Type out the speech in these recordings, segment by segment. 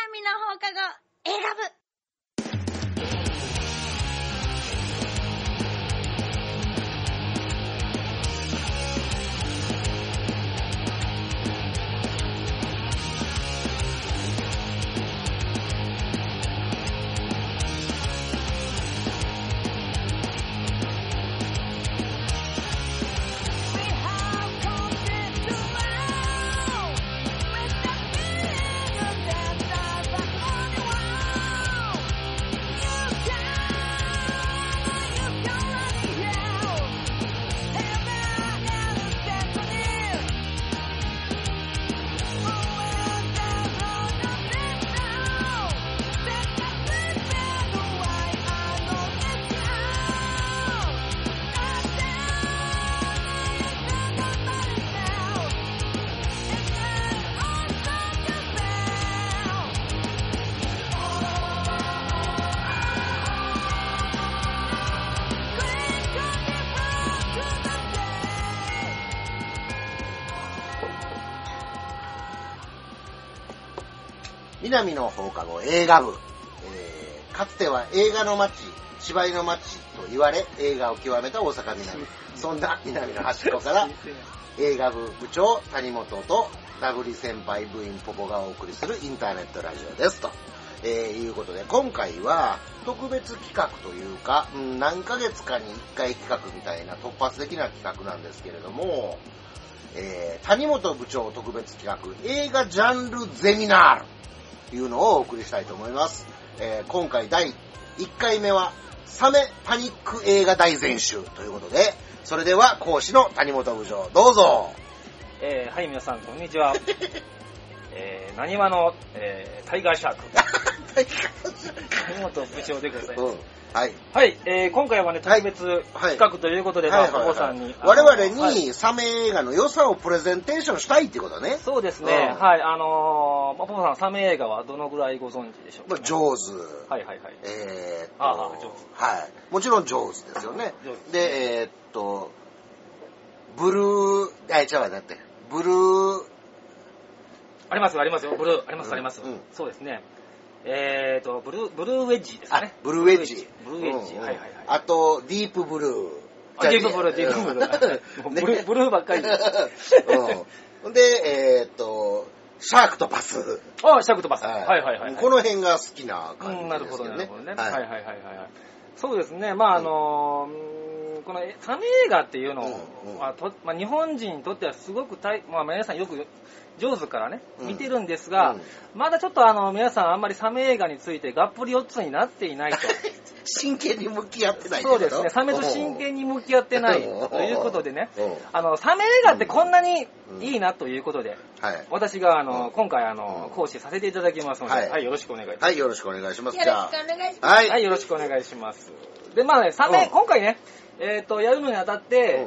南の放課後映画部。 南の放課後映画部、かつては映画の街、芝居の街と言われ映画を極めた大阪南。そんな南の端っこから映画部部長谷本とダブリ先輩部員ポポがお送りするインターネットラジオですと、いうことで、今回は特別企画というか、何ヶ月かに1回企画みたいな突発的な企画なんですけれども、谷本部長特別企画映画ジャンルゼミナールというのをお送りしたいと思います。今回第1回目はサメパニック映画大全集ということで、それでは講師の谷本部長どうぞ。 はい、皆さんこんにちは。なにわの、タイガーシャーク谷本部長でございます。 はい。 はい、今回はね、特別企画ということで、ポポさんに。 我々にサメ映画の良さをプレゼンテーションしたいっていうことね。 そうですね。はい。ポポさん、サメ映画はどのぐらいご存知でしょうか、 ジョーズ。 はいはいはい。 ジョーズ。はい。もちろんジョーズですよね。で、ブルー、ブルー。 ありますよ、ブルー、あります。そうですね。ブルーウェッジですかね。 ブルーウェッジ。 はい。 あと、ディープブルー。 ディープブルー。ブルーばっかりで。 で、シャークとパス。 シャークとパス。はい。 この辺が好きな感じですけどね。 なるほどね。はい。そうですね。まあこのサメ映画っていうのは、日本人にとってはすごく皆さんよく上手からね、見てるんですが、まだちょっと皆さんあんまりサメ映画についてがっぷり四つになっていないと。 真剣に向き合ってない。 そうですね。サメと真剣に向き合ってないということでね、サメ映画ってこんなにいいなということで、私が今回講師させていただきますので、はい、よろしくお願いします。 はい、よろしくお願いします。 よろしくお願いします。 はい、よろしくお願いします。で、まあね、サメ、今回ね、やるのにあたって、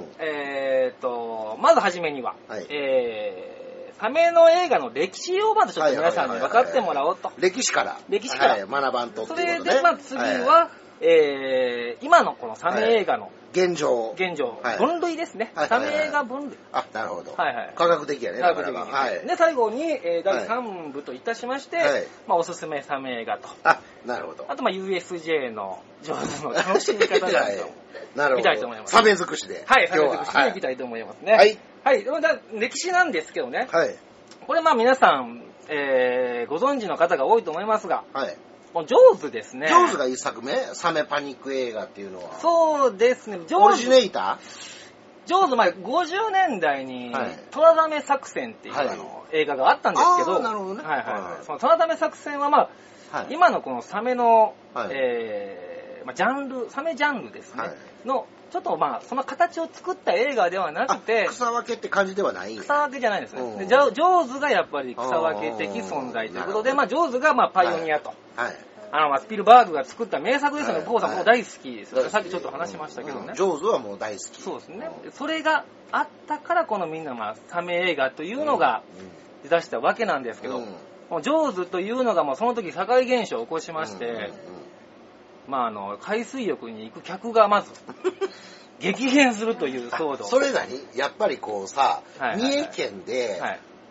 まずはじめには、サメの映画の歴史をまずちょっと皆さんに分かってもらおうと。 歴史から。学ばんとっていうことね。 それで、次は、今のこのサメ映画の現状。 分類ですね。サメ映画分類。 なるほど。 はい。 科学的やね。 科学的に。で、最後に、第3部といたしまして、おすすめサメ映画と。 なるほど。 あと、USJ の上手の楽しみ方なんかを見たいと思います。 サメ尽くしで。 はい、サメ尽くしでいきたいと思いますね。はい。はい。歴史なんですけどね。 はい。 これ皆さん、ご存知の方が多いと思いますが、 はい。 ジョーズですね。 ジョーズが一作目？サメパニック映画っていうのは。 そうですね。 オリジネーター？ジョーズ50年代に、トラザメ作戦っていう映画があったんですけど、 なるほどね。 そのトラザメ作戦は今のこのサメの、ジャンル、サメジャンルですね。の、ちょっとその形を作った映画ではなくて、 草分けって感じではない？ 草分けじゃないですね。でジョーズがやっぱり草分け的存在ということで、ジョーズがパイオニアと。スピルバーグが作った名作ですよね。ポーさんも大好きですよね。さっきちょっと話しましたけどね。 ジョーズはもう大好き。 そうですね。それがあったからこのみんなサメ映画というのが出だしたわけなんですけど、ジョーズというのがその時社会現象を起こしまして、海水浴に行く客がまず激減するという騒動。 それ何？やっぱり三重県で、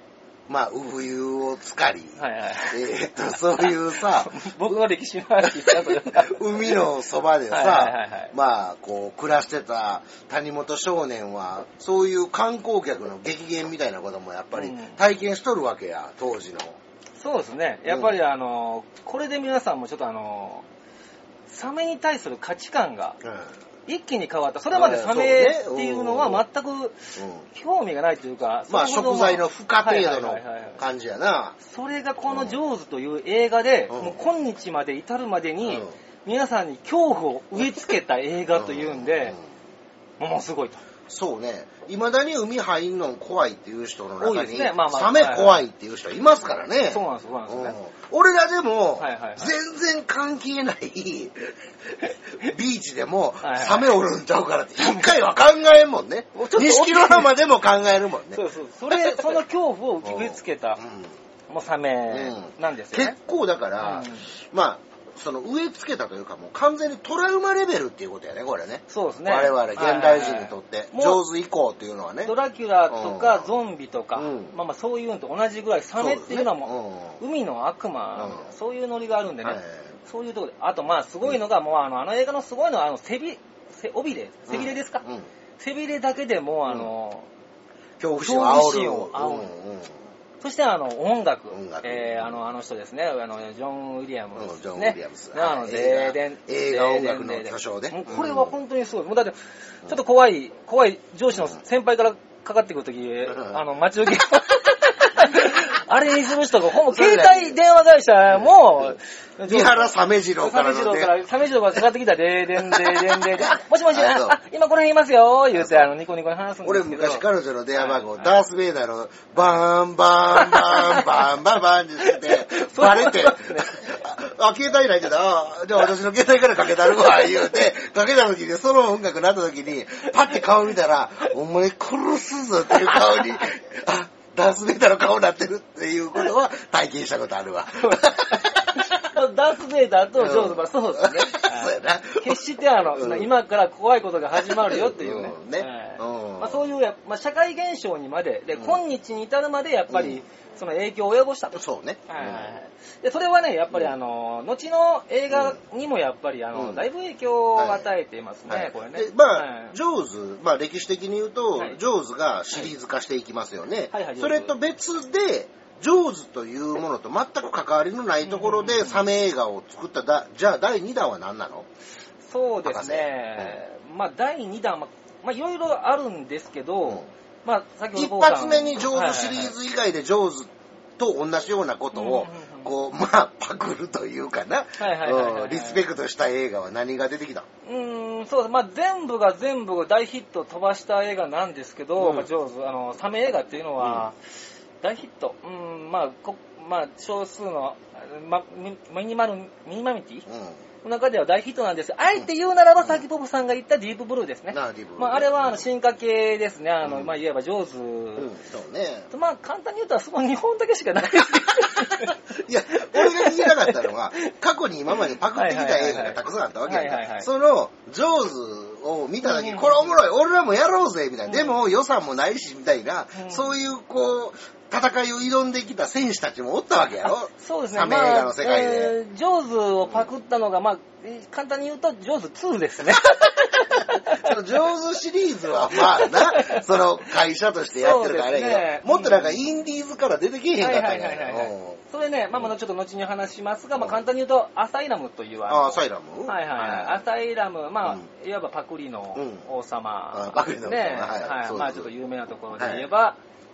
まあ、産湯をつかり、 はいはい。 そういうさ、 僕の歴史の話したとか。 海のそばでさ、 はいはいはいはいまあ、こう、暮らしてた谷本少年は、そういう観光客の激減みたいなこともやっぱり体験しとるわけや、当時の。 そうですね。やっぱりこれで皆さんもちょっとサメに対する価値観が一気に変わった。それまでサメっていうのは全く興味がないというか、 まあ食材の付加程度の感じやな。 それがこのジョーズという映画で、もう今日まで至るまでに皆さんに恐怖を植え付けた映画というんで、ものすごいと。 そうね。未だに海入んの怖いっていう人の中に、 ねまあまあ、 サメ怖いっていう人いますからね。 そうなんです、そうなんですね。 俺らでも、 はいはいはい、 全然関係ないビーチでも、 はいはい、 サメおるんちゃうからって一回は考えんもんね。錦の浜でも考えるもんね。 そうそう。その恐怖を植え付けた、もうサメなんですよね。 結構だから、まあ、その植え付けたというかもう完全にトラウマレベルっていうことやね、これね。 そうですね。 我々現代人にとって、ジョーズ以降っていうのはね。 ドラキュラとかゾンビとか、まあまあそういうのと同じぐらい、サメっていうのはもう、海の悪魔、そういうノリがあるんでね。そういうところで。あとまあすごいのが、もうあの映画のすごいのは、背びれですか、背びれだけでも恐怖心を煽る。 そして音楽。あの人ですね。ジョン・ウィリアムスですね。 映画音楽の巨匠で。 これは本当にすごい。もうだって、ちょっと怖い上司の先輩からかかってくるとき、待ち受け。あれにする人が、携帯電話会社も、 三原鮫次郎からかかってきたでーでんでーでんでーもしもし、今この辺いますよー言うて、ニコニコに話すんですけど。 俺昔彼女の電話番号、ダース・ベイダーのバーンバーンバーンバーンバーンバーンって言ってて、バレて、携帯ないけど、じゃあ私の携帯からかけたるわ、言うて、かけた時に、その音楽になった時に、パッて顔見たら、お前殺すぞっていう顔に、ダース・ベイダーの顔になってるっていうことは体験したことあるわ。 ダース・ベイダーとジョーズはそうですね。 そうやな。 決して今から怖いことが始まるよっていうね。そういう社会現象にまで、今日に至るまでやっぱりその影響を及ぼしたと。 そうね。 でそれはね、やっぱり後の映画にもやっぱりだいぶ影響を与えていますね、これね。 ジョーズ、歴史的に言うと、ジョーズがシリーズ化していきますよね。それと別で、ジョーズというものと全く関わりのないところでサメ映画を作ったじゃあ第2弾は何なの？ そうですね。第2弾、いろいろあるんですけど、先ほど一発目にジョーズシリーズ以外でジョーズと同じようなことを、パクるというかな、リスペクトした映画は何が出てきた？ そうです。全部が大ヒット飛ばした映画なんですけど、ジョーズ、サメ映画っていうのは、大ヒット。少数の、ミニマリティの中では大ヒットなんです。あえて言うならば、さっきボブさんが言ったディープブルーですね。あれは進化系ですね。いわばジョーズ。 そうね。 簡単に言うと、その2本だけしかない。 いや、俺が言いたかったのは、過去に今までパクってきた映画がたくさんあったわけやん。その、ジョーズを見たとき、これおもろい、俺らもやろうぜ、みたいな。でも予算もないし、みたいな、そういう戦いを挑んできた選手たちもおったわけやろ。 そうですね。 サメ映画の世界で。 ジョーズをパクったのが、簡単に言うと、ジョーズ2ですね。 そのジョーズシリーズはその会社としてやってるからあれやけど、もっとインディーズから出てけえへんかったんや。 それね、ちょっと後に話しますが、簡単に言うと、アサイラムというアサイラム？ アサイラム、いわばパクリの王様。 パクリの王様。 ちょっと有名なところで言えば、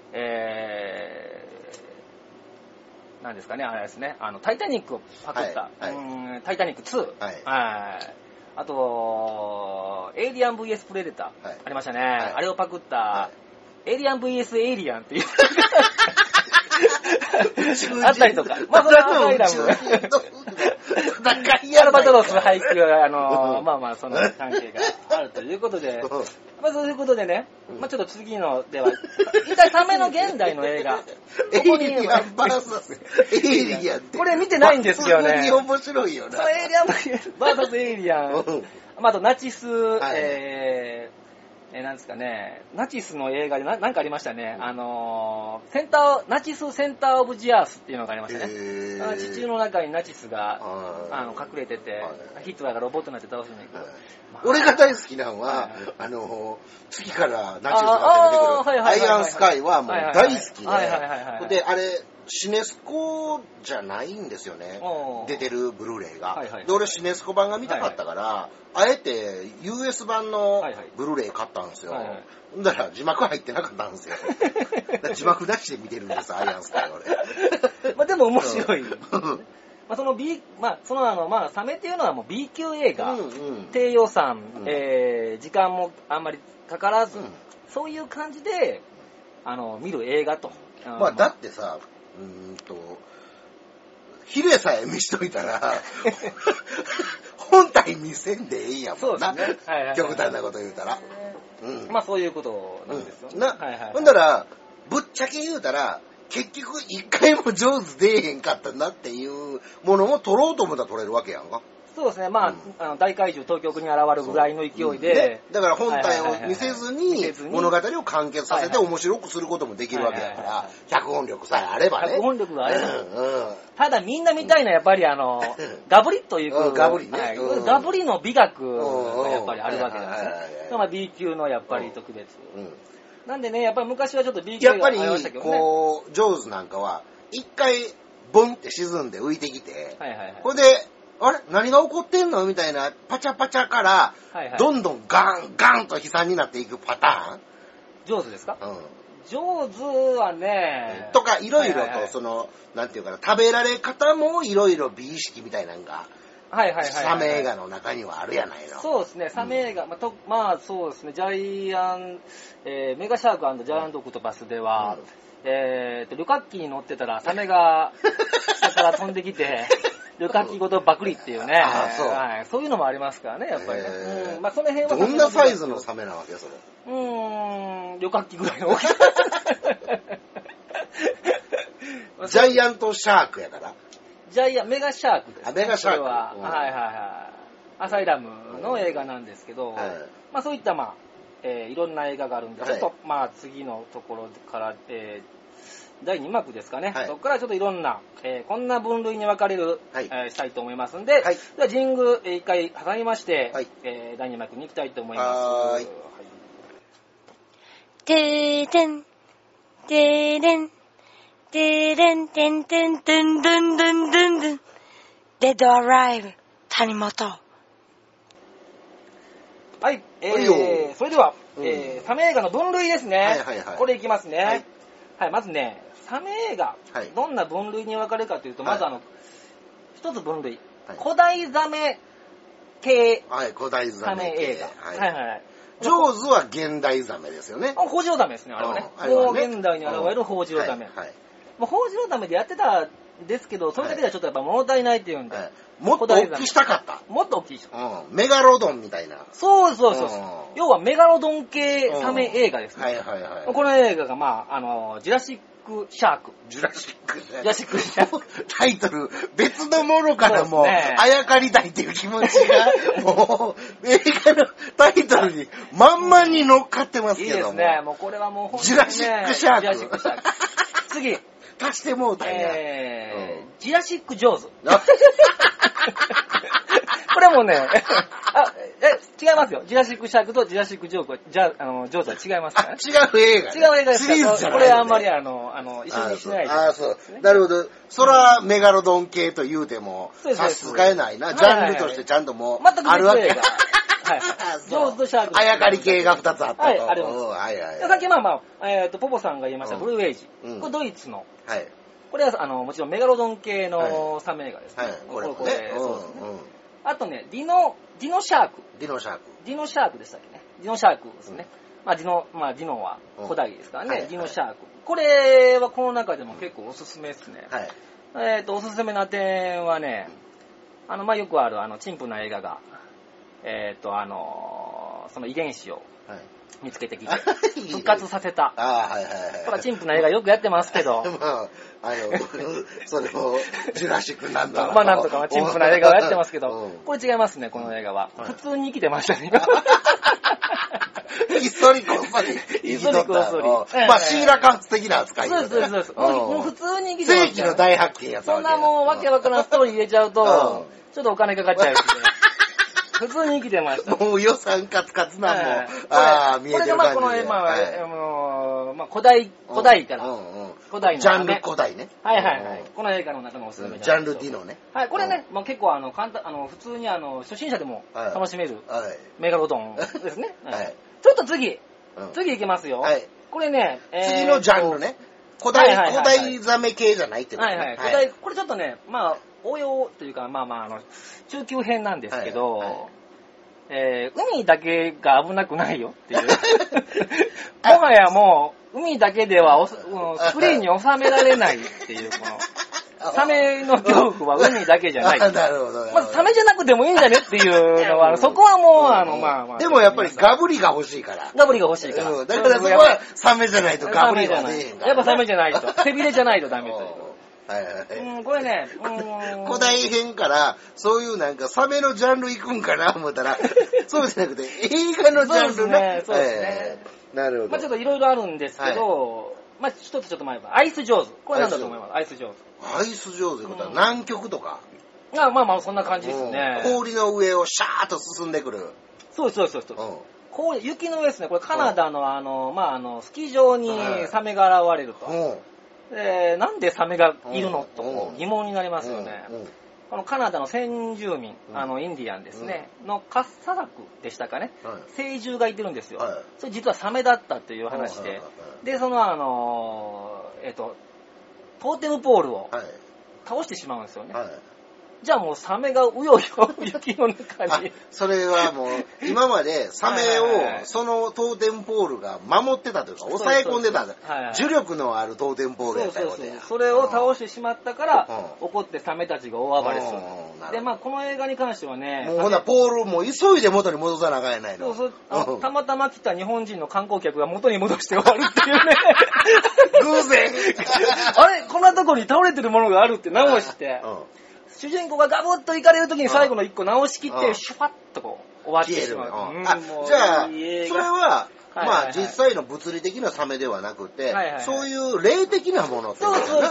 何ですかね、あれですね、タイタニックをパクった、タイタニック2、あと、エイリアン VS プレデター、ありましたね、あれをパクった、エイリアン VS エイリアンっていう、あったりとか、それはアサイラム。アルバトロス配給が、その関係があるということで、そういうことでね、ちょっと次のでは、一体サメの現代の映画。 エイリアン VS エイリアンって。 これ見てないんですよね。 面白いよな。 そのエイリアン VS エイリアン。あとナチス、 なんですかね、ナチスの映画でなんかありましたね。ナチスセンターオブジアースっていうのがありましたね。地中の中にナチスが隠れてて、ヒットラーがロボットになって倒すんだけど。 俺が大好きなのは、月からナチスが出てくる、アイアンスカイはもう大好きで、で、あれ、シネスコじゃないんですよね。出てるブルーレイが。で、俺シネスコ版が見たかったから、あえて US 版のブルーレイ買ったんですよ。ほんだら字幕入ってなかったんですよ。字幕なしで見てるんです、アイアンスカイ俺。 まあでも面白い。まあその B、まあそのサメっていうのはもう B 級映画、低予算、時間もあんまりかからず、そういう感じで見る映画と。 まあだってさ、ヒレさえ見しといたら本体見せんでええやもんな。そうですね。極端なこと言うたら。 まあそういうことなんですよね。 ほんだらぶっちゃけ言うたら。結局一回も上手出えへんかったなっていうものも撮ろうと思ったら撮れるわけやんか。 そうですね。まあ、大怪獣東京に現れるぐらいの勢いで、 だから本体を見せずに物語を完結させて面白くすることもできるわけだから、脚本力さえあればね。 脚本力があれば。ただみんな見たいのはやっぱりガブリというガブリね。 ガブリの美学がやっぱりあるわけなんですね。まあ B 級のやっぱり特別。なんでね、やっぱり昔はちょっと B 級がありましたけどね。やっぱり、 こう、ジョーズなんかは、一回、ボンって沈んで浮いてきて、これで、あれ何が起こってんのみたいな、パチャパチャから、どんどんガン、ガンと悲惨になっていくパターン。 ジョーズですか？ジョーズはね、 とか、いろいろと、なんていうかな、食べられ方もいろいろ美意識みたいなのが、サメ映画の中にはあるやないの。 そうですね、サメ映画、まあそうですね、メガシャーク&ジャイアントオクトパスでは、旅客機に乗ってたらサメが下から飛んできて、旅客機ごとバクリっていうね、そういうのもありますからね、やっぱりね。まあその辺はどんなサイズのサメなわけそれ。 旅客機ぐらいの大きさ。 ジャイアントシャークやから。 メガシャークですね。 メガシャーク。 アサイラムの映画なんですけど、まあそういったいろんな映画があるんで、ちょっと次のところから、第2幕ですかね。そこからちょっといろんな、こんな分類に分かれる、したいと思いますんで、では神宮一回挟みまして、第2幕に行きたいと思います。 てーてん、てーれん。てれんてんてんてんてんてんてんてん。デッドアライブ、谷本。 はい、それでは、サメ映画の分類ですね。これいきますね。はい、まずね、サメ映画、どんな分類に分かれるかというと、まず一つ分類。古代ザメ系サメ映画。 ジョーズは現代ザメですよね。 ホウジロザメですね、あれはね。もう現代に現れるホウジロザメ。ホウジロザメでやってたんですけど、それだけではちょっとやっぱ物足りないっていうんで。 もっと大きしたかった。 もっと大きいし。 メガロドンみたいな。 そう。要はメガロドン系サメ映画ですね。この映画がジュラシックシャーク。 ジュラシックシャーク。 タイトル、別のものからも、あやかりたいっていう気持ちが、もう、映画のタイトルに、まんまに乗っかってますけども。いいですね。もうこれはもう本当に、ジュラシックシャーク。 次。 足してもうたんや。 ジュラシックジョーズ。これもね、違いますよ。ジュラシックシャークとジュラシックジョーズは違いますからね。 違う映画。 違う映画です。 シリーズじゃない。 これあんまり一緒にしないで。 そう。なるほど。そらメガロドン系と言うても、差し支えないな。ジャンルとしてちゃんともう、あるわけ。 ジョーズとシャーク。 あやかり系が2つあったと。 あります。さっきポポさんが言いましたブルーエイジ。これドイツの。これはもちろんメガロドン系のサメ映画ですね。これそうですね。あとね、ディノシャーク。ディノシャークでしたっけね。ディノシャークですね。ディノは古代ですからね。ディノシャーク。これはこの中でも結構おすすめですね。おすすめな点はね、よくある陳腐な映画が、その遺伝子を見つけてきて、復活させた。これは陳腐な映画よくやってますけど。 それを、ジュラシックなんだなんとか陳腐な映画をやってますけど、これ違いますね、この映画は。普通に生きてましたね。 ひっそりこっそり生きとった。 ひっそりこっそりまあ、シーラカンス的な扱い。 そうです、そうです。もう普通に生きてます世紀の大発見やったわけ。 そんなもうわけわからんストーリー入れちゃうと、ちょっとお金かかっちゃうしね。普通に生きてました。 もう予算カツカツなんも、見えてる感じで。 これがまあこの、まあ古代から、古代のジャンル古代ね。 はいはいはい。この映画の中のおすすめジャンルディノね。 はい、これね、まあ結構簡単、普通に初心者でも楽しめるメガロドンですね。ちょっと次行きますよ。これね、 次のジャンルね。古代ザメ系じゃないってことね。 はいはい。古代、これちょっとね、まあ、応用というか、まあ中級編なんですけど、海だけが危なくないよっていう。もはやもう、海だけではスクリーンに収められないっていう、この、サメの恐怖は海だけじゃない。 なるほど。 まずサメじゃなくてもいいんじゃねっていうのは、そこはもう、まあ。 でもやっぱりガブリが欲しいから。 ガブリが欲しいから。 だからそこはサメじゃないとガブリが出えへんから。 やっぱサメじゃないと。背びれじゃないとダメという。これね、 古代編からそういうなんかサメのジャンル行くんかな思ったら、そうじゃなくて映画のジャンルね。 そうですね。 なるほど。 まあちょっといろいろあるんですけど、まあ一つちょっと前はアイスジョーズ。これなんだと思います。アイスジョーズ。 アイスジョーズってことは南極とか。 まあそんな感じですね。 氷の上をシャーッと進んでくる。 そう。雪の上ですね。これカナダのスキー場にサメが現れると。なんでサメがいるのと疑問になりますよね。このカナダの先住民、インディアンですね、のカッサザクでしたかね、成獣がいてるんですよ。それ実はサメだったという話で、で、そのトーテムポールを倒してしまうんですよね。じゃあもうサメがうようよ雪の中に。 それはもう今までサメをそのトーテムポールが守ってたというか抑え込んでた。重力のあるトーテムポールやったよね。 それを倒してしまったから怒ってサメたちが大暴れする。でまあこの映画に関してはね、 もうほなポールもう急いで元に戻さなあかんやないの。 たまたま来た日本人の観光客が元に戻して終わるっていうね。 偶然。 あれこんなとこに倒れてるものがあるって直して。主人公がガブッと行かれるときに最後の一個直しきってシュパッとこう終わってしまう。 じゃあそれはまあ実際の物理的なサメではなくてそういう霊的なものってことそう。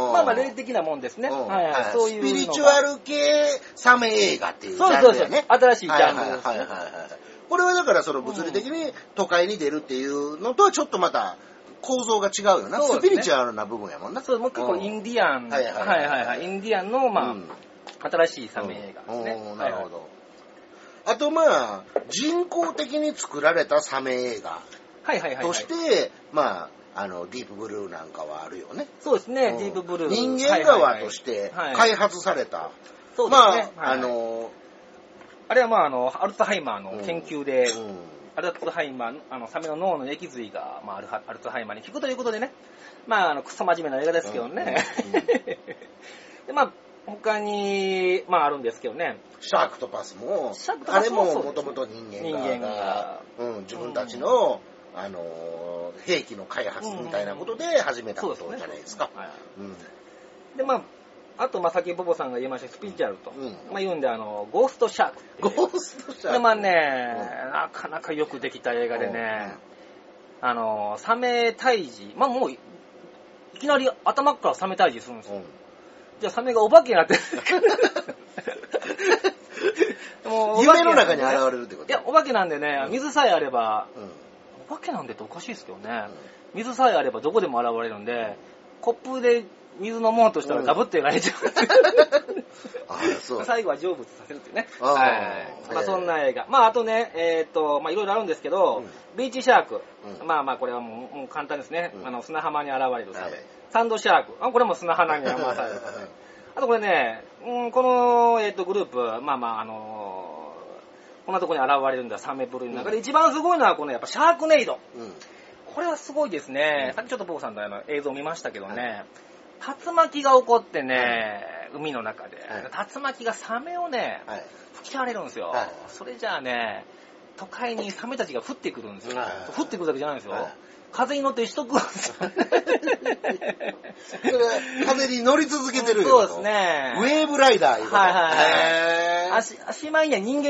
まあ霊的なもんですね。 そういうスピリチュアル系サメ映画っていうジャンルやね。 新しいジャンルですね。 これはだからその物理的に都会に出るっていうのとはちょっとまた構造が違うよな。スピリチュアルな部分やもんな。 そう、もう結構インディアン。インディアンの、まあ、新しいサメ映画ですね。 なるほど。あとまあ、人工的に作られたサメ映画として、まあ、ディープブルーなんかはあるよね。 そうですね、ディープブルー。 人間側として開発された。まあ、 あれはまあ、アルツハイマーの研究で、アルツハイマー、サメの脳の脊髄が、まあ、アルツハイマーに効くということでね、まあ、クソ真面目な映画ですけどね。で、まあ、他に、まあ、あるんですけどね。 シャークトパスも、あれももともと人間が、自分たちの、兵器の開発みたいなことで始めたことじゃないですか。 で、まあ、あと、まあ、さっきボボさんが言いましたスピリチュアルと、まあ、言うんで、ゴーストシャーク。 ゴーストシャーク。 で、まあね、なかなかよくできた映画でね、サメ退治、まあ、もう、いきなり頭からサメ退治するんですよ。じゃあ、サメがお化けになって夢の中に現れるってこと？ いや、お化けなんでね、水さえあれば、お化けなんでっておかしいですけどね、水さえあればどこでも現れるんで、コップで水飲もうとしたらガブッとやられちゃう。最後は成仏させるっていうね。まあそんな映画。まああとね、まあいろいろあるんですけど、ビーチシャーク。まあまあこれはもう簡単ですね。砂浜に現れるサメ。サンドシャーク。これも砂浜に現れるサメ。あとこれね、このグループ、まあまあこんなところに現れるんだサメブルーの中で一番すごいのはこのやっぱシャークネイド。これはすごいですね。さっきちょっとボボさんの映像見ましたけどね。竜巻が起こってね、海の中で、竜巻がサメをね、吹き荒れるんですよ。それじゃあね、都会にサメたちが降ってくるんですよ。降ってくるだけじゃないんですよ。風に乗ってしとくんですよ。 それは風に乗り続けてるよ。 そうですね。 ウェーブライダーいうこと。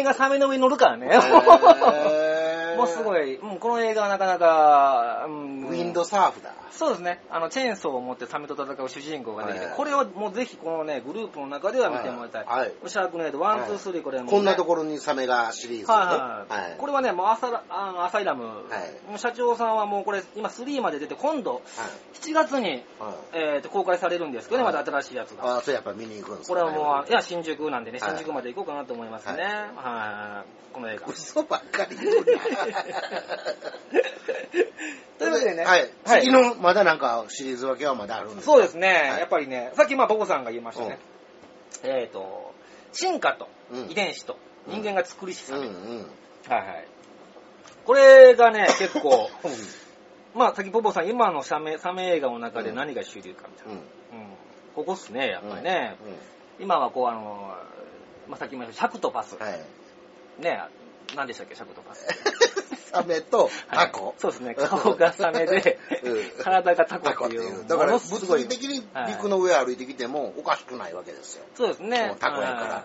足前には人間がサメの上に乗るからね。 もうすごい、この映画はなかなか、 ウィンドサーフだ。 そうですね。チェーンソーを持ってサメと戦う主人公が出てきて、これをもうぜひこのね、グループの中では見てもらいたい。 はい。 シャークネード1、2、3、これも、ね。 こんなところにサメがシリーズで、ね。 はい。これはね、もうアサイラム、もう社長さんはもうこれ、今3まで出て、今度、7月に、公開されるんですけどね、また新しいやつが。 それやっぱ見に行くんですか？ これはもう、いや、新宿なんでね、新宿まで行こうかなと思いますね。はい。この映画。 嘘ばっかり言うな。 というわけでね。 はい。次の、まだなんかシリーズ分けはまだあるんですか？ そうですね。やっぱりね、さっきボコさんが言いましたね。進化と遺伝子と人間が作りしサメ。はいはい。これがね、結構、さっきボボさん、今のサメ映画の中で何が主流かみたいな。ここっすね、やっぱりね。今はこう、さっきも言いました、シャクトパス。ね、何でしたっけ、シャクトパス。 サメとタコ。 そうですね、顔がサメで、体がタコっていう。 だから物理的に陸の上歩いてきてもおかしくないわけですよ。 そうですね。 タコやから。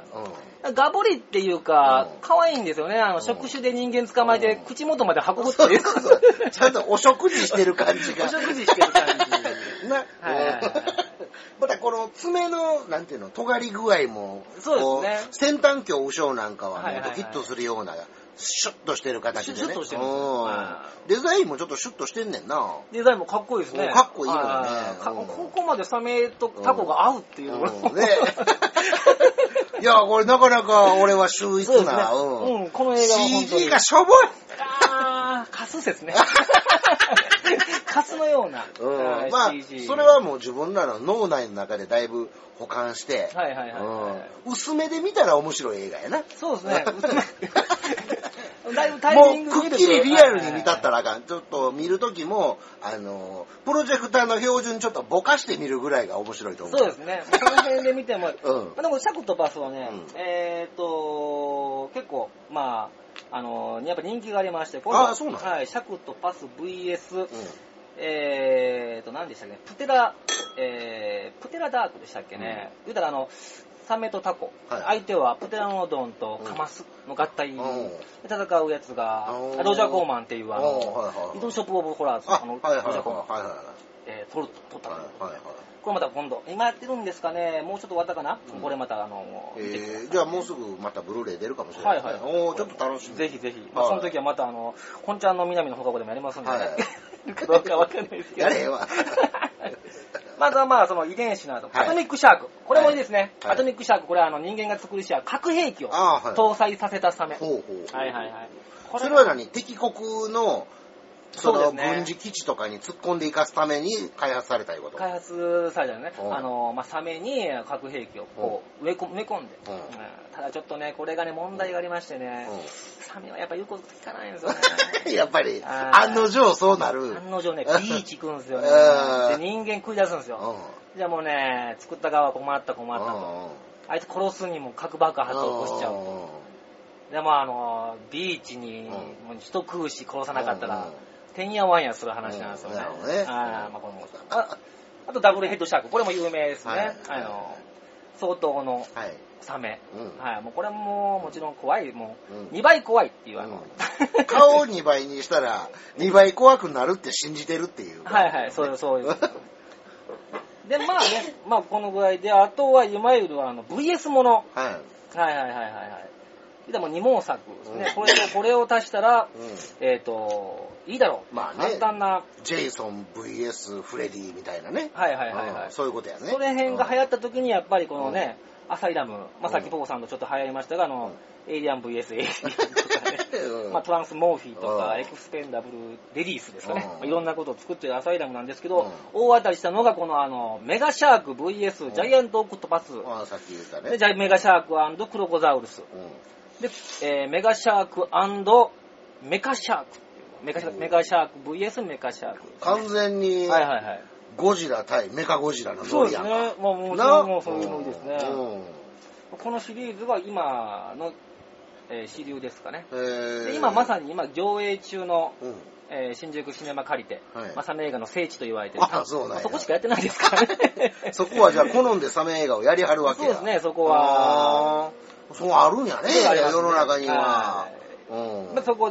ガボリっていうか、可愛いんですよね。触手で人間捕まえて口元まで運ぶっていう。 ちゃんとお食事してる感じが。 お食事してる感じ。 またこの爪の、なんていうの、尖り具合も、 そうですね。 先端恐怖症なんかはね、ドキッとするような、シュッとしてる形でね。 シュッとしてるんですよ。デザインもちょっとシュッとしてんねんな。 デザインもかっこいいですね。 かっこいいのよね。 ここまでサメとタコが合うっていうのね。いや、これなかなか俺は秀逸な。 この映画は本当に。 CG がしょぼい。 カスですね。カスのような。 それはもう自分らの脳内の中でだいぶ保管して、薄めで見たら面白い映画やな。 そうですね。だいぶタイミングもうくっきりリアルに見たったらあかん。ちょっと見るときも、プロジェクターの標準ちょっとぼかして見るぐらいが面白いと思う。 そうですね。その辺で見ても、でもシャクとパスはね、結構、やっぱ人気がありまして、今度は、シャクとパス VS、何でしたっけね、プテラダークでしたっけね。言うたらサメとタコ、相手はプテラノドンとカマスの合体で戦うやつが、ロジャー・コーマンっていうリトルショップ・オブ・ホラーズのロジャー・コーマン取ったと。これまた今度、今やってるんですかね、もうちょっと終わったかな、これまたじゃあもうすぐまたブルーレイ出るかもしれない。ちょっと楽しみ。 ぜひぜひ。その時はまた本ちゃんの南の放課後でもやりますんで、どうかわかんないですけど。まずはその遺伝子のアトミックシャーク。これもいいですね。アトミックシャーク、これは人間が作りし核兵器を搭載させたサメ。 それは何？敵国のその軍事基地とかに突っ込んでいかすために開発されたいうこと？ 開発されたよね。サメに核兵器をこう埋め込んで。ただちょっとね、これがね、問題がありましてね、サメはやっぱ言うこと聞かないんですよね。 やっぱり、案の定そうなる。 案の定ね、ビーチ行くんですよね。で、人間食い出すんですよ。じゃあもうね、作った側は困ったと。あいつ殺すにも核爆発を起こしちゃうと。でもビーチに人食うし殺さなかったら、てんやわんやする話なんですよね。あとダブルヘッドシャーク、これも有名ですね。相当のサメ。もうこれももちろん怖い、もう2倍怖いっていう顔を2倍にしたら2倍怖くなるって信じてるっていう。 そういう。で、このぐらいで、あとはいわゆるVS もの。でも二毛作ですね。これを足したら、いいだろう。簡単な。 ジェイソン VS フレディみたいなね。そういうことやね。 それ辺が流行った時に、やっぱりこのね、アサイラム、さっきポコさんとちょっと流行りましたが、エイリアン VS エイリアンとかね、トランスモーフィーとか、エクスペンダブルレディースですかね。いろんなことを作っているアサイラムなんですけど、大当たりしたのがこのメガシャーク VS ジャイアントオクトパス。 さっき言ったね。 で、メガシャーク&クロコザウルス。で、メガシャーク&メカシャーク。メガシャーク VS メカシャーク。 完全に、ゴジラ対メカゴジラのノリやんか。そうですね。もちろんそういうのですね。このシリーズが今の主流ですかね。で今まさに上映中の新宿シネマ借りて、サメ映画の聖地と言われてる。そこしかやってないですからね。 そこはじゃあ好んでサメ映画をやりはるわけや。 そうですね、そこは。 そうあるんやね、世の中には。 そこで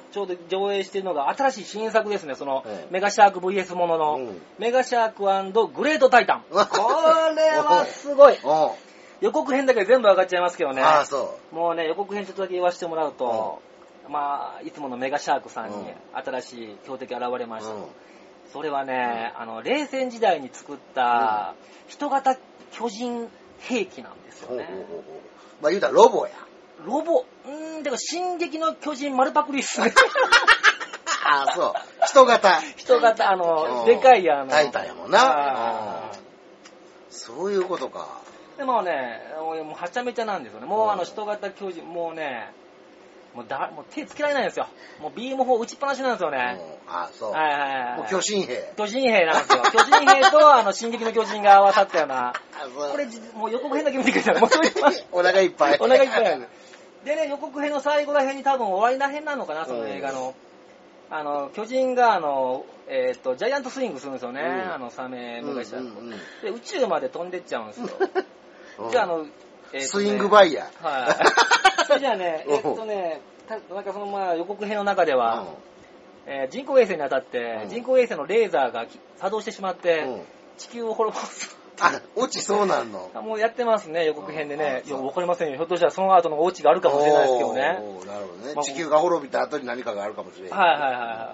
ちょうど上映しているのが新しい新作ですね。その、メガシャーク VS ものの、メガシャーク&グレートタイタン。これはすごい。予告編だけで全部上がっちゃいますけどね。 ああ、そう。 もうね、予告編ちょっとだけ言わせてもらうと、まあ、いつものメガシャークさんに新しい強敵現れました。それはね、冷戦時代に作った人型巨人兵器なんですよね。 まあ言うたらロボや。 ロボ、でも進撃の巨人丸パクリっすね。 ああ、そう。人型。 人型、でかいタイタンやもんな。そういうことか。 でもね、もうはちゃめちゃなんですよね。もう人型巨人、もうね、もう手つけられないんですよ。もうビーム砲打ちっぱなしなんですよね。 ああ、そう。 はいはいはい。 もう巨人兵。 巨人兵なんですよ。巨人兵と進撃の巨人が合わさったような。これ、もう予告編だけ見てください。もうお腹いっぱい。 お腹いっぱいなんです。でね、予告編の最後ら辺に多分終わりら辺なのかな、その映画の。巨人がジャイアントスイングするんですよね。サメメガシャーク。で、宇宙まで飛んでっちゃうんですよ。じゃあスイングバイヤー。 はい。それじゃあね、なんかそのまあ予告編の中では、人工衛星に当たって、人工衛星のレーザーが作動してしまって、地球を滅ぼす。 あ、落ちそうなんの。 もうやってますね、予告編でね。いや、わかりませんよ。ひょっとしたらその後の落ちがあるかもしれないですけどね。 なるほどね。地球が滅びた後に何かがあるかもしれない。 はいはいはいはい。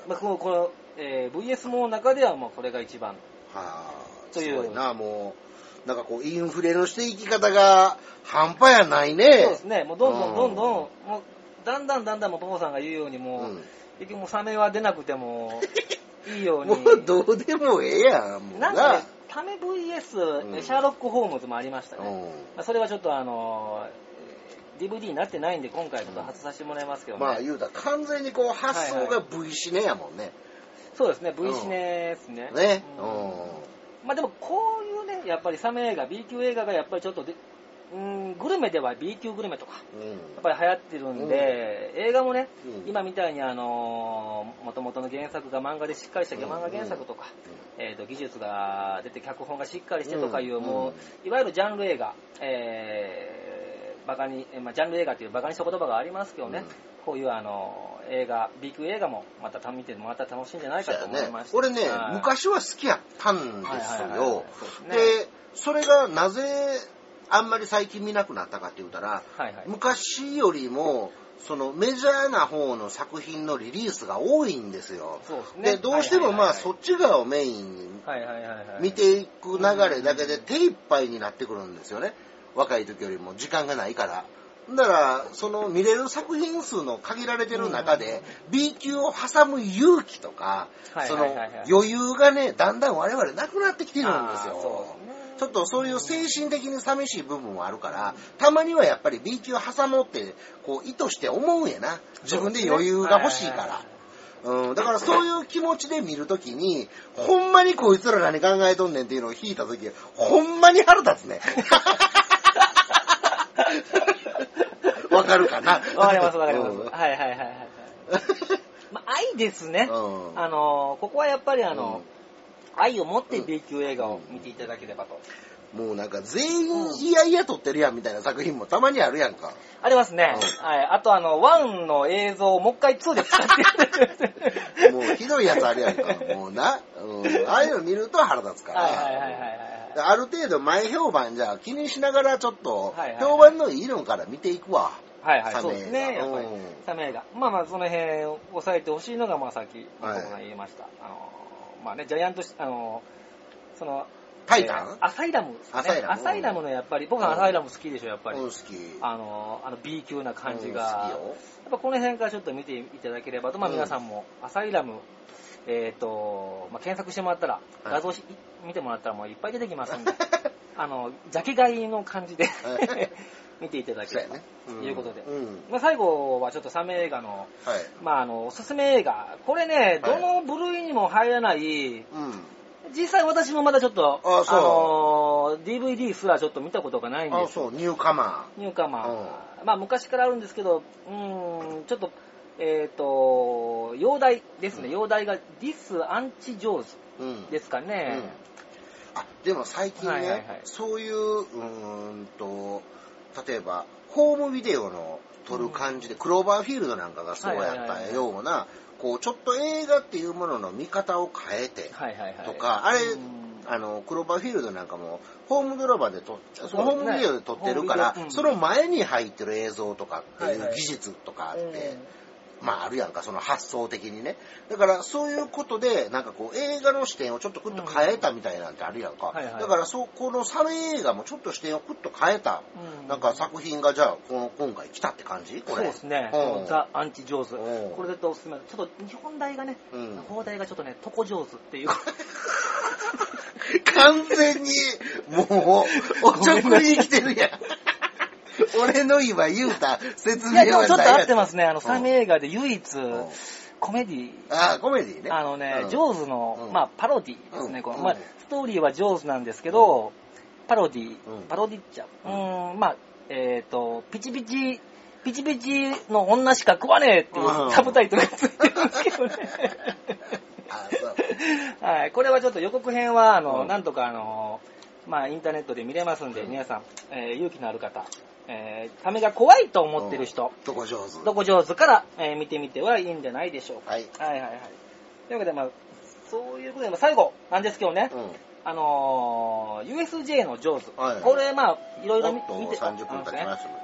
まあ、この、VS もの中ではもうこれが一番。 はあ、 という。 すごいな、もう、なんかこう、インフレのしていき方が半端やないね。 そうですね。もうどんどん、もう、だんだんもうポポさんが言うようにもう、結局もうサメは出なくてもいいように。 もうどうでもええやん、もうな。 なんかね、サメ VS、シャーロック・ホームズもありましたね。それはちょっとDVD になってないんで、今回ちょっと外させてもらいますけどね。 まあ言うたら完全にこう発想が V シネやもんね。 そうですね、V シネですね。 ね。 まあでもこういうね、やっぱりサメ映画、B 級映画がやっぱりちょっとグルメでは B 級グルメとか、やっぱり流行ってるんで、映画もね、今みたいに元々の原作が漫画でしっかりした漫画原作とか、技術が出て脚本がしっかりしてとかいう、もう、いわゆるジャンル映画、バカに、ジャンル映画というバカにした言葉がありますけどね、こういう映画、B 級映画もまた見てもらったら楽しいんじゃないかと思いました。 俺ね、昔は好きやったんですよ。で、それがなぜあんまり最近見なくなったかって言うたら、昔よりもそのメジャーな方の作品のリリースが多いんですよ。で、どうしてもまあそっち側をメインに見ていく流れだけで手一杯になってくるんですよね。若い時よりも時間がないから。だからその見れる作品数の限られてる中で B 級を挟む勇気とかその余裕がねだんだん我々なくなってきてるんですよ。ちょっとそういう精神的に寂しい部分もあるからたまにはやっぱり B 級を挟もうってこう意図して思うんやな。自分で余裕が欲しいから。だからそういう気持ちで見るときにほんまにこいつら何考えとんねんっていうのを引いたときほんまに腹立つね。わかるかな。 わかりますわかります。はいはいはいはい。まあ愛ですね。ここはやっぱり愛を持って B 級映画を見ていただければと。 もうなんか全員いやいや撮ってるやんみたいな作品もたまにあるやんか。 ありますね。はい。あと1の映像をもう一回2で使ってもうひどいやつあるやんか。もうな。ああいうの見ると腹立つから。 はいはいはいはい。 ある程度前評判じゃ気にしながらちょっと評判のいいのから見ていくわ。 はいはい、そうですね。やっぱりサメ映画。まあまあその辺を抑えてほしいのがまあさっき僕が言いました。まあねジャイアントそのタイタン？ アサイラムですね。アサイラムのやっぱり僕はアサイラム好きでしょやっぱり。 好き。 B 級な感じが。 好きよ。 やっぱこの辺からちょっと見ていただければとまあ皆さんもアサイラムまあ、検索してもらったら、画像見てもらったらもういっぱい出てきますんで、ジャケ買いの感じで見ていただければということで。まあ、最後はちょっとサメ映画の、まあ、おすすめ映画。これね、どの部類にも入らない、実際私もまだちょっと、DVD すらちょっと見たことがないんです。 そう、ニューカマー。 ニューカマー。まあ、昔からあるんですけど、ちょっと、洋題ですね。洋題が This Anti Jaws ですかね。 でも最近ね、そういう、例えば、ホームビデオの撮る感じで、クローバーフィールドなんかがそうやったような、こうちょっと映画っていうものの見方を変えてとか、あれ、クローバーフィールドなんかもホームドラマでホームビデオで撮ってるから、その前に入ってる映像とかっていう技術とかあって、まああるやんか、その発想的にね。だからそういうことで、なんかこう映画の視点をちょっとクッと変えたみたいなんてあるやんか。だからこのサメ映画もちょっと視点をクッと変えた、なんか作品がじゃあ今回来たって感じこれ。 そうですね。ザ・アンチ・ジョーズ。これ絶対おすすめ。ちょっと日本題がね、放題がちょっとね、トコ・ジョーズっていう。 完全に、もう、おちょくりに来てるやん。俺の今言うた説明はないやつ。いや、でもちょっと合ってますね。サメ映画で唯一、コメディ。 ああ、コメディね。 ジョーズの、まあ、パロディですね。まあ、ストーリーはジョーズなんですけど、パロディっちゃう。まあ、ピチピチの女しか食わねえっていうサブタイトルがついてるんですけどね。はい、これはちょっと予告編は、なんとかまあ、インターネットで見れますんで、皆さん、勇気のある方、サメが怖いと思ってる人、 どこ上手。 どこ上手から、見てみてはいいんじゃないでしょうか。 はい。 はいはいはい。というわけで、まあ、そういうことで、最後なんですけどね、USJ の上手。これ、まあ、いろいろ見て、 30分経ちましたね。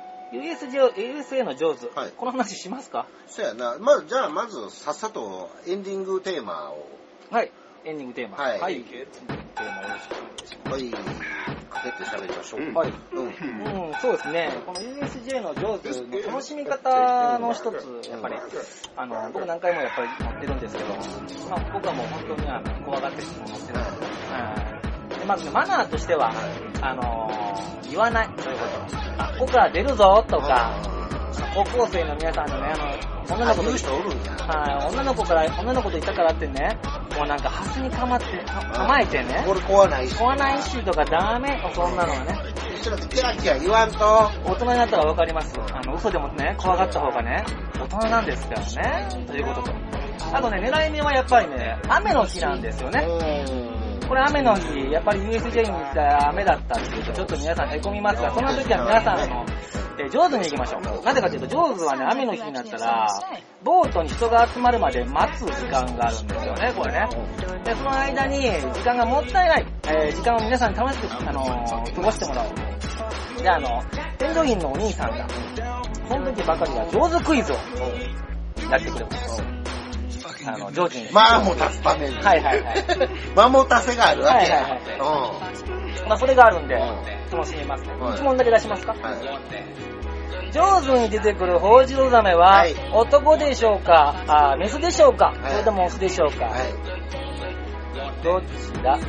USA の上手、この話しますか？ そうやな。じゃあまずさっさとエンディングテーマを。 はい、エンディングテーマ。はい。エンディングテーマをよろしくお願いします。 はい。かけて喋りましょう。 はい。そうですね。この USJ の上手の楽しみ方の一つ、やっぱり、僕何回もやっぱり乗ってるんですけど、まあ僕はもう本当に怖がって乗ってるので、まずね、マナーとしては、言わない。そういうこと。ここから出るぞとか、高校生の皆さんのね、女の子と人おるんや。 はい、女の子といたからってね、もうなんかハスに構えてね。 これ怖ないしとかダメ、そんなのはね。 ちょっとキラキラ言わんと。 大人になったらわかります。嘘でもね、怖がった方がね、大人なんですからね。ということと。あとね、狙い目はやっぱりね、雨の日なんですよね。これ雨の日、やっぱり USJ に行ったら雨だったっていうとちょっと皆さん凹みますが、その時は皆さんジョーズに行きましょう。なぜかというと、ジョーズはね、雨の日になったら、ボートに人が集まるまで待つ時間があるんですよね、これね。で、その間に時間がもったいない。時間を皆さんに楽しく、過ごしてもらおう。で、添乗員のお兄さんが、その時ばかりは上手クイズをやってくれます。上手に。 まあ、もたすために。 はいはいはい。 まもたせがあるわけ。 はいはいはい。まあ、それがあるんで、楽しみますね。1問だけ出しますか？上手に出てくるホウジロザメは、男でしょうか、メスでしょうか、それともオスでしょうか？どっちだ？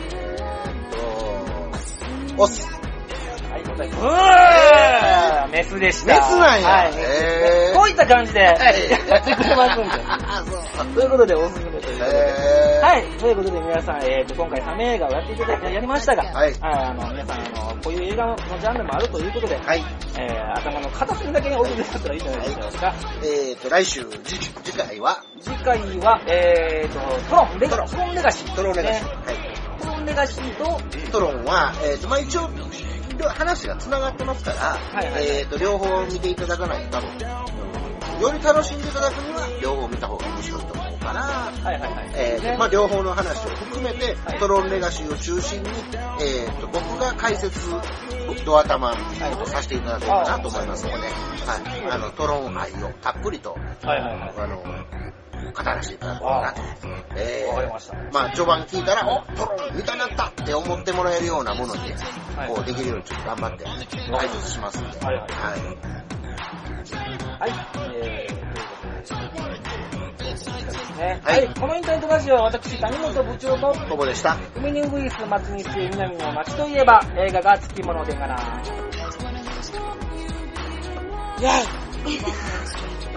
オス。 はい、答え。メスでした。 メスなんや。 はい、こういった感じでやってくれますんで。ということで、おすすめということで。はい、ということで皆さん、今回サメ映画をやりましたが、皆さん、こういう映画のジャンルもあるということで、頭の片隅だけに置いてくれたらいいんじゃないでしょうか。 来週、次回は、 トロンレガシー。 トロンレガシー。 トロンレガシーと、 トロンは、まあ一応、話が繋がってますから、両方見ていただかないと多分、より楽しんでいただくには両方見た方が面白いと思うから、まあ両方の話を含めて、トロンレガシーを中心に、僕が解説、ドア玉をさせていただこうかなと思いますので、トロン愛をたっぷりと、語らせていただこうかなと。 わかりました。 まあ序盤聞いたら、トロン見たなったって思ってもらえるようなものに、こうできるようにちょっと頑張って解説しますので。はい、 このインターネットラジオは私、谷本部長とトボでした。 ウミニングイス松西南の街といえば映画がつきものでかな。 イェイ